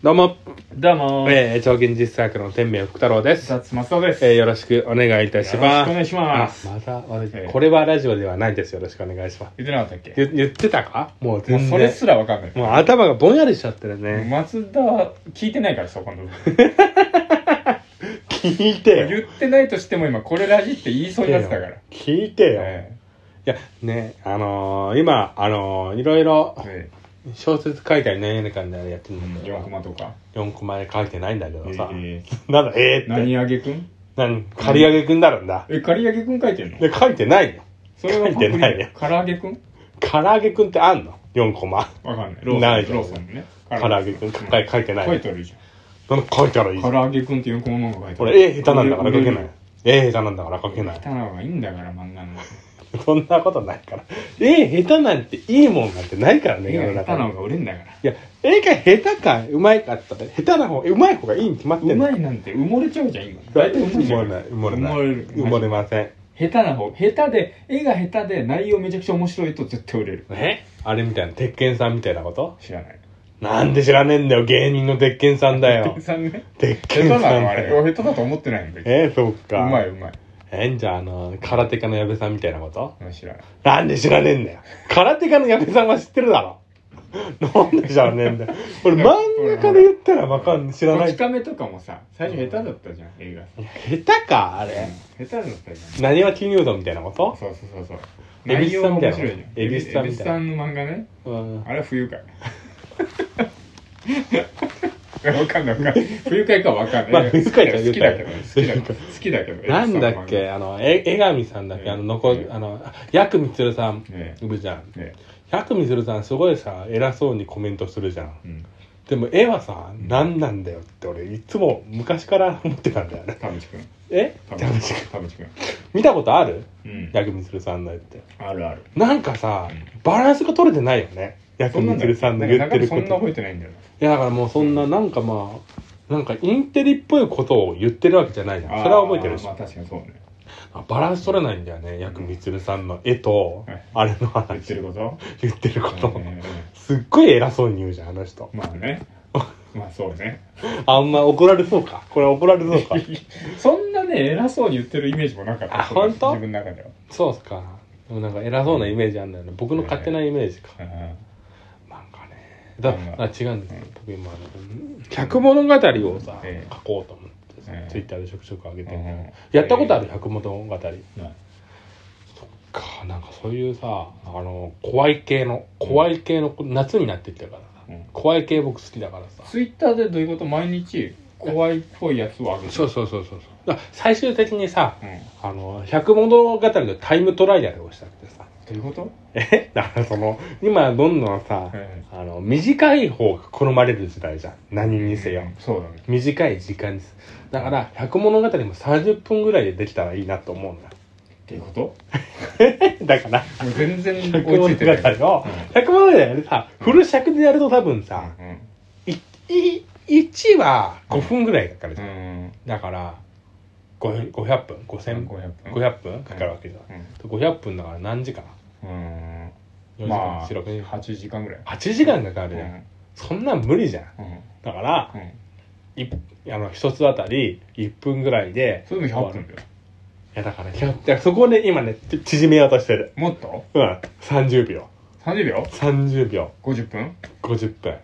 どうも、 どうも超現実サークルの天命福太郎です。 松尾です。 よろしくお願いいたします。 よろしくお願いします。 また、これはラジオではないです。よろしくお願いします。 言ってなかったっけ？ 言ってたか？もう全然。 それすらわかんない。 もう頭がぼんやりしちゃってるね。 松田は聞いてないからさ、今度。 聞いてよ。 言ってないとしても今、これラジって言いそうになってたから。 聞いてよ。いや、ね、今、いろいろ、小説書いたり何々かんだやってるんだけど、 4コマとか 4コマで書いてないんだけどさ、なんだって何あげくん？ 刈り上げくんだろんだ。 刈り上げくん書いてんの？ で書いてないよ。 それは書いてないよ。 唐揚げくん？ 唐揚げくんってあんの ?4 コマ。 わかんない。ローソンね。 唐揚げくん書いてない。 書いてあるじゃん。書いてあるいいじゃん。 唐揚げくんって4コマ漫画書いてある。 俺下手なんだから書けない。下手なんだから書けない。 下手な方がいいんだから漫画の。 そんなことないから。下手なんていいもんなんてないからね。 下手な方が売れんだから。いや、絵が下手かうまいかって言ったら、下手な方、うまい方がいいに決まってる。 うまいなんて埋もれちゃうじゃん、今。大体埋もれません。 下手な方、下手で、絵が下手で内容めちゃくちゃ面白いと絶対売れる。 あれみたいな、鉄拳さんみたいなこと？ 知らない。 なんで知らねえんだよ、芸人の鉄拳さんだよ。 鉄拳さんね。 鉄拳さん。 下手なのあれ。下手だと思ってないんだけど。 そっか。 うまいうまい。 じゃあ空手家の矢部さんみたいなこと？ 知らない。 なんで知らねえんだよ。空手家の矢部さんは知ってるだろ。なんで知らねえんだよ。俺漫画家で言ったらわかんない。知らない。 こち亀とかもさ、最初下手だったじゃん、映画。 下手かあれ。 下手だったじゃん。 何は金融道みたいなこと？ そう。 エビスさんみたいな。 エビスさんの漫画ね。あれは不愉快。わかんない。不愉快かわかんない。 不愉快か好きだけど。好きだけど。 なんだっけ、江上さんだっけ、ヤクミツルさんいるじゃん。ヤクミツルさんすごいさ、偉そうにコメントするじゃん。でも絵はさ、何なんだよって俺いつも昔から思ってたんだよね。 田淵くん。 田淵くん。 見たことある？ヤクミツルさんの絵って。 ある。 なんかさ、バランスが取れてないよね。ヤクミツルさんの言ってること。 そんな覚えてないんだよ。 いやだからもうそんななんかなんかインテリっぽいことを言ってるわけじゃないじゃん。それは覚えてるし。 まあ確かにそうね。 バランス取れないんだよね。ヤクミツルさんの絵とあれの話。 言ってることすっごい偉そうに言うじゃんあの人。 まあね。まあそうね。 あんま怒られそうか。これ怒られそうか。 そんなね偉そうに言ってるイメージもなかった。 本当？ 自分の中では。 そうっすか。でもなんか偉そうなイメージあるんだよね。僕の勝手なイメージか。違うんですよ。僕今百物語をさ書こうと思ってツイッターでちょくちょく上げてる。やったことある百物語。そっか、なんかそういうさ怖い系の夏になってきたからさ、怖い系僕好きだからさ。 ツイッターでどういうこと？毎日怖いっぽいやつを上げてる。 そう最終的にさ百物語のタイムトライアルをしたくてさ。 どういうこと？ だから今どんどんさ、短い方が好まれる時代じゃん。何にせよ。 そうだね。 短い時間です。だから百物語も30分ぐらいでできたらいいなと思うんだ。 っていうことだからもう全然百物語を百物語でさ、フル尺でやると多分さ、1は5分ぐらいかかるじゃん。だから500分500分かかるわけじゃん。500分だから何時間？ まあ8時間ぐらい。 8時間かかるじゃん。そんなん無理じゃん。だから一つあたり1分ぐらいで。 それも100分だよ。 いやだからそこで今ね縮めようとしてる。 もっと ？30秒。 30秒 ？30秒。 50分 ？50分。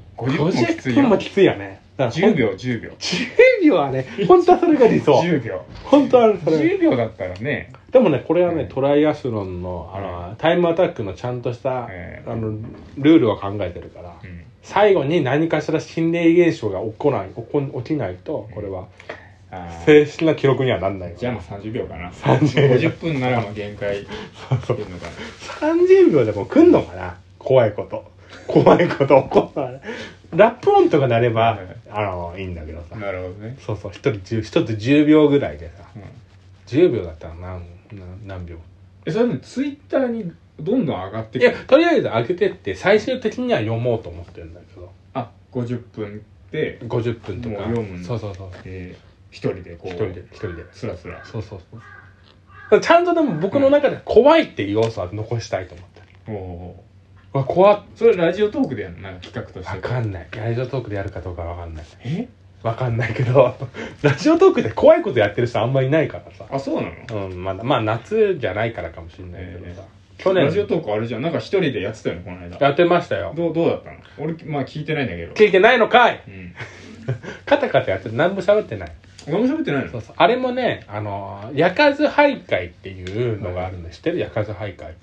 50 分もきついよね。 10秒。 10秒はね、本当はそれが理想。 10秒。 本当はそれ。 10秒だったらね。 でもね、これはね、トライアスロンのタイムアタックのちゃんとしたルールを考えてるから、最後に何かしら心霊現象が起きないと、これは正式な記録にはなんないよ。 じゃあもう30秒かな。 30秒。 50分ならもう限界。 そう。30秒でも来んのかな？怖いこと起こるの。ラップ音とかなればいいんだけどさ。 なるほどね。 そう一つ10秒ぐらいでさ、10秒だったら何秒？ それね、ツイッターにどんどん上がってくる。 いや、とりあえず上げてって最終的には読もうと思ってるんだけど。 50分で 50分とか読む。 そう。 一人でこう。 一人で。 スラスラ。 そう。ちゃんとでも僕の中で怖いっていう要素は残したいと思ってる。 怖っ。 それラジオトークでやるの？なんか企画として。 わかんない。ラジオトークでやるかどうかわかんない。 え？ わかんないけどラジオトークで怖いことやってる人あんまりいないからさ。 あ、そうなの？ うん、まあ夏じゃないからかもしれないけどさ、去年ラジオトークあれじゃん、なんか一人でやってたよねこの間。 やってましたよ。 どうだったの？俺まあ聞いてないんだけど。 聞いてないのかい。 うん。 カタカタやって何も喋ってない。 何も喋ってないの？ そうそう。あれもね、夜数徘徊っていうのがあるの知ってる？夜数徘徊って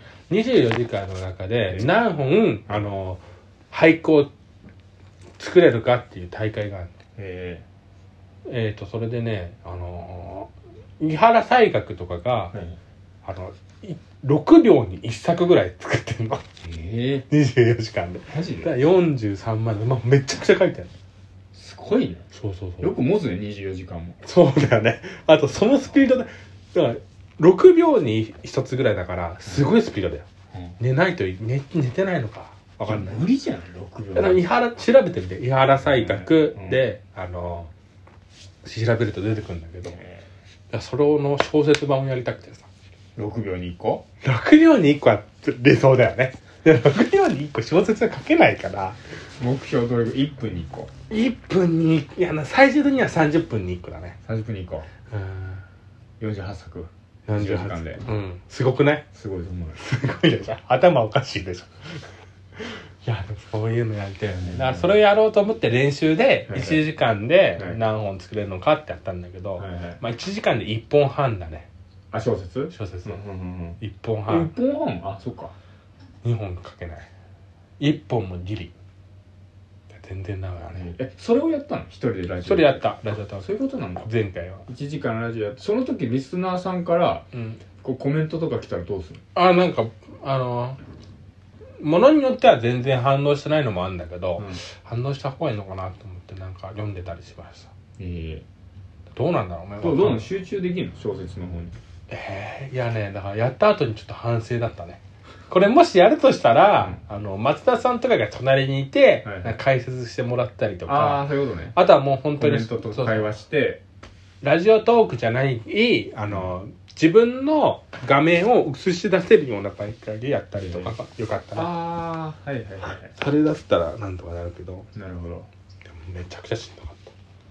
。24時間の中で何本俳句を作れるかっていう大会がある。それでね、伊原西学とかが、6秒に1作ぐらい作ってんの。24時間で。 マジで？ だから43万で、めちゃくちゃ書いてある。 すごいね。 そうそうそう。 よく持つね、24時間も。 そうだよね。あとそのスピードで、だから6秒に1つぐらいだから、すごいスピードだよ。寝ないと寝てないのかわかんない。 無理じゃん、6秒。 だから調べてみて、伊原西学で、調べると出てくるんだけど、それの小説版をやりたくてさ。 6秒に1個 ?6 秒に1個は理想だよね。6秒に1個小説は書けないから。 目標どれぐらい？1分に1個。 1分に、いや最終的には30分に1個だね。 30分に1個。48作。 48 時間で。 うん。すごくない？ すごいと思う。 すごいでしょ。頭おかしいでしょ。いや、そういうのやりたいよね。だからそれをやろうと思って練習で1時間で何本作れるのかってやったんだけど、まあ1時間で1本半だね。 あ、小説？ 小説。1本半。 1本半？あ、そっか。 2本書けない。1本もギリ。全然だからね。 それをやったの？一人でラジオ？ それやった。ラジオと。 そういうことなんだ。 前回は。 1時間ラジオやって、その時リスナーさんから、こうコメントとか来たらどうするの？なんか、ものによっては全然反応してないのもあるんだけど、反応した方がいいのかなと思ってなんか読んでたりしました。どうなんだろうね。 どうなの？集中できるの？小説の方に。 いやね、だからやった後にちょっと反省だったね。これもしやるとしたら、松田さんとかが隣にいて、解説してもらったりとか、 そういうことね。 あとはもう本当にコメントと会話して、 ラジオトークじゃない自分の画面を映し出せるような媒介でやったりとかがよかったな。 はいはいはい。 それだったらなんとかなるけど。 なるほど。でもめちゃくちゃしんどかった。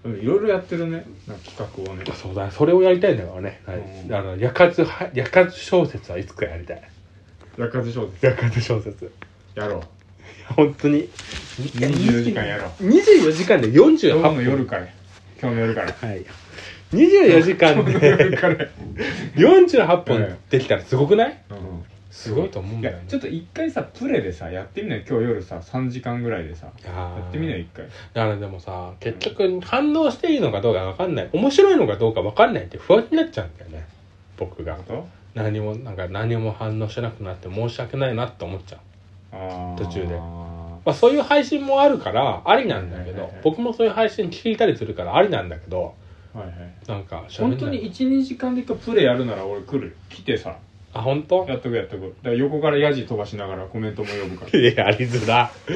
いろいろやってるね、なんか企画をね。 そうだね、それをやりたいんだからね。夜間小説はいつかやりたい。夜間小説。 やろう。 本当に。 24時間やろう。 24時間で48分。 今日の夜から。 はい。24時間で48本できたらすごくない？すごいと思うんだよね。 ちょっと一回さ、プレでさ、やってみない？今日夜さ、3時間ぐらいでさ、やってみない？一回。 だからでもさ、結局反応していいのかどうか分かんない。面白いのかどうか分かんないって不安になっちゃうんだよね。僕が。何も反応しなくなって申し訳ないなって思っちゃう。途中で。そういう配信もあるからありなんだけど、僕もそういう配信聞いたりするからありなんだけど、なんか本当に 1,2 時間でプレイやるなら俺来てさ。 あ、本当？ やっとく。だから横からヤジ飛ばしながらコメントも呼ぶから。 やりづ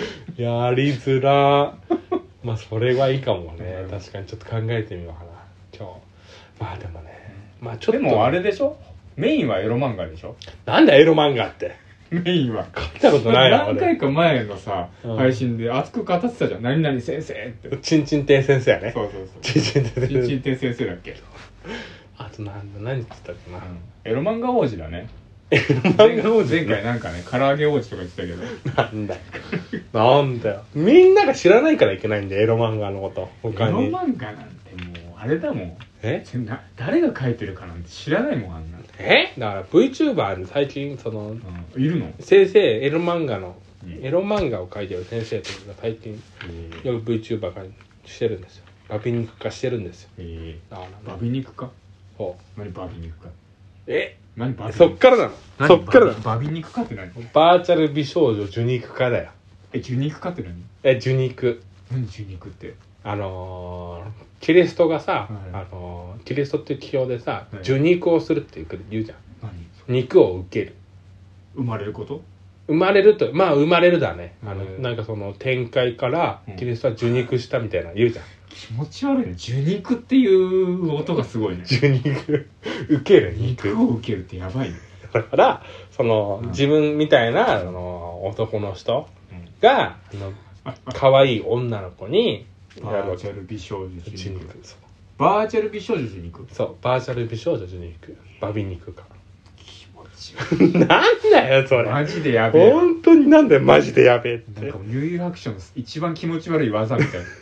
ら。まあそれはいいかもね。確かにちょっと考えてみようかな今日。まあでもね、ちょっとでもあれでしょ、メインはエロ漫画でしょ。 なんだエロ漫画って。 メインは見たことないな。 何回か前のさ、配信で熱く語ってたじゃん。何々先生って。 ちんちん亭先生やね。 そうちんちん亭先生だっけ。 あと何言ってたっけな。 エロ漫画王子だね。 エロ漫画王子。 前回なんかね、唐揚げ王子とか言ってたけど。 なんだよ。みんなが知らないからいけないんだよ、エロ漫画のこと。 他に。エロ漫画なんてもうあれだもん。誰が書いてるかなんて知らないもん、あんな。 だから VTuber に最近いるの？ 先生、エロ漫画を書いてる先生とかが最近よく VTuber 化してるんですよ。バビ肉化してるんですよ。 バビ肉化？何バビ肉化？何バビ肉化？そっからなの。バビ肉化って何？ バーチャル美少女受肉化だよ。 受肉化って何？ 受肉。 何受肉って？ キリストがさ、キリストっていう企業でさ、受肉をするって言うじゃん。肉を受ける。 生まれること？ 生まれるだね。なんかその展開からキリストは受肉したみたいな言うじゃん。 気持ち悪いね。受肉っていう音がすごいね。 受肉。受ける。 肉を受けるってやばいね。 だから自分みたいな男の人が、可愛い女の子にバーチャル美少女受肉。 バーチャル美少女受肉。 そう、バーチャル美少女受肉。バビ肉か。 気持ち悪い。 なんだよそれ。 マジでやべえ。 本当になんだよマジでやべえって。 なんか悠々白書の一番気持ち悪い技みたいな。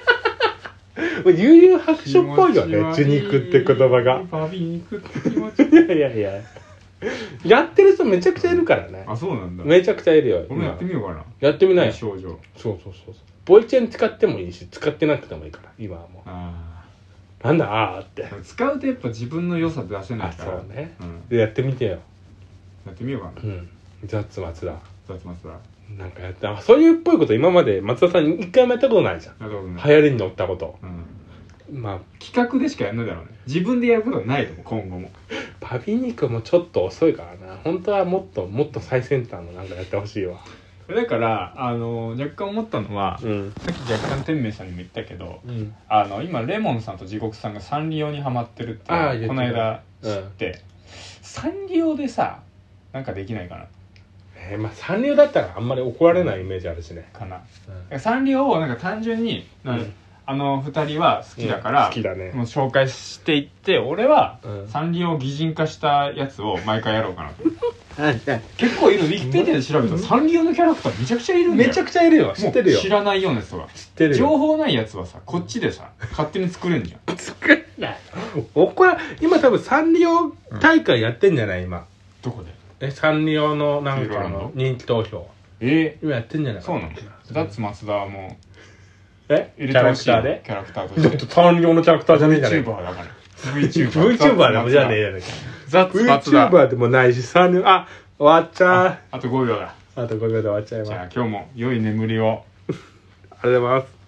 悠々白書っぽいよね、受肉って言葉が。 バビ肉って気持ち悪い。 いややってる人めちゃくちゃいるからね。 あ、そうなんだ。 めちゃくちゃいるよ。 俺もやってみようかな。 やってみない。 美少女。 そう。ボイチェン使ってもいいし、使ってなくてもいいから、今はもう。なんだあーって。 使うとやっぱ自分の良さ出せないから。 そうね。やってみてよ。 やってみようかな。 ザッツ松田。なんかやって、そういうっぽいこと今まで松田さんに一回もやったことないじゃん。流行りに乗ったこと。 まあ企画でしかやんないだろうね。自分でやることはないと思う、今後も。 バビ肉もちょっと遅いからな。本当はもっと最先端のなんかやってほしいわ。 だから若干思ったのは、さっき若干天明さんにも言ったけど、今レモンさんと地獄さんがサンリオにハマってるっていうこの間知って、サンリオでさなんかできないかな。 まあサンリオだったらあんまり怒られないイメージあるしね。 かな。サンリオをなんか単純に、2人は好きだから、 好きだね。 もう紹介していって、俺はサンリオを擬人化したやつを毎回やろうかなと。結構いる。ウィキペディアで調べたらサンリオのキャラクターめちゃくちゃいるんだよ。 めちゃくちゃいるよ。知ってるよ。 知らないようなやつとか。 知ってるよ。 情報ないやつはさ、こっちでさ勝手に作れんじゃん。 作れない。今多分サンリオ大会やってんじゃない今。 どこで？ サンリオのなんかの人気投票。今やってんじゃないか。 そうなの？ダッツ松田もキャラクターで？ キャラクターとして。 だってサンリオのキャラクターじゃねえじゃねえか。 VTuber だから。 VTuber でもじゃねえじゃねえか。 ザッツ松田 VTuber でもないし、サンリオ、終わっちゃう。 あと5秒だ。 あと5秒で終わっちゃいます。 じゃあ今日も良い眠りを。 ありがとうございます。